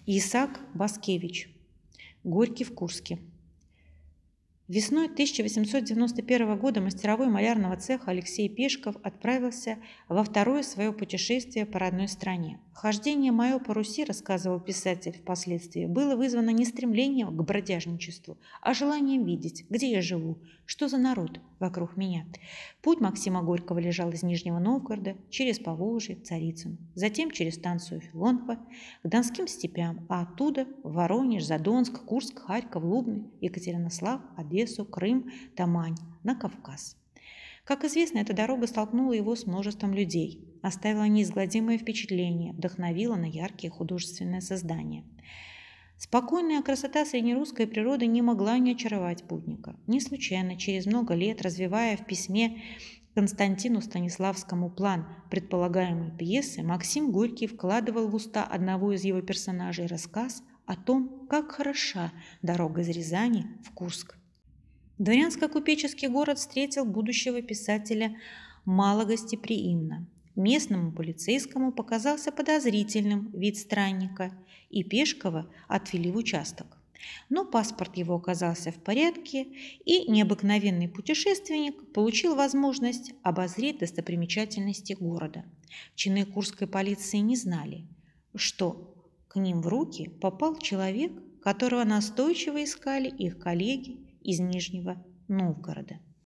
Исаак Баскевич. Горький в Курске. Весной 1891 года мастеровой малярного цеха Алексей Пешков отправился во второе свое путешествие по родной стране. Хождение мое по Руси, рассказывал писатель впоследствии, было вызвано не стремлением к бродяжничеству, а желанием видеть, где я живу, что за народ вокруг меня. Путь Максима Горького лежал из Нижнего Новгорода через Поволжье, Царицыно, затем через станцию Филонова к Донским степям, а оттуда в Воронеж, Задонск, Курск, Харьков, Лубны, Екатеринослав, Одессу, Крым, Тамань, на Кавказ. Как известно, эта дорога столкнула его с множеством людей, оставила неизгладимое впечатление, вдохновила на яркие художественные создания. Спокойная красота среднерусской природы не могла не очаровать путника. Не случайно, через много лет, развивая в письме Константину Станиславскому план предполагаемой пьесы, Максим Горький вкладывал в уста одного из его персонажей рассказ о том, как хороша дорога из Рязани в Курск. Дворянско-купеческий город встретил будущего писателя мало гостеприимно. Местному полицейскому показался подозрительным вид странника, и Пешкова отвели в участок. Но паспорт его оказался в порядке, и необыкновенный путешественник получил возможность обозреть достопримечательности города. Чины курской полиции не знали, что к ним в руки попал человек, которого настойчиво искали их коллеги из Нижнего Новгорода.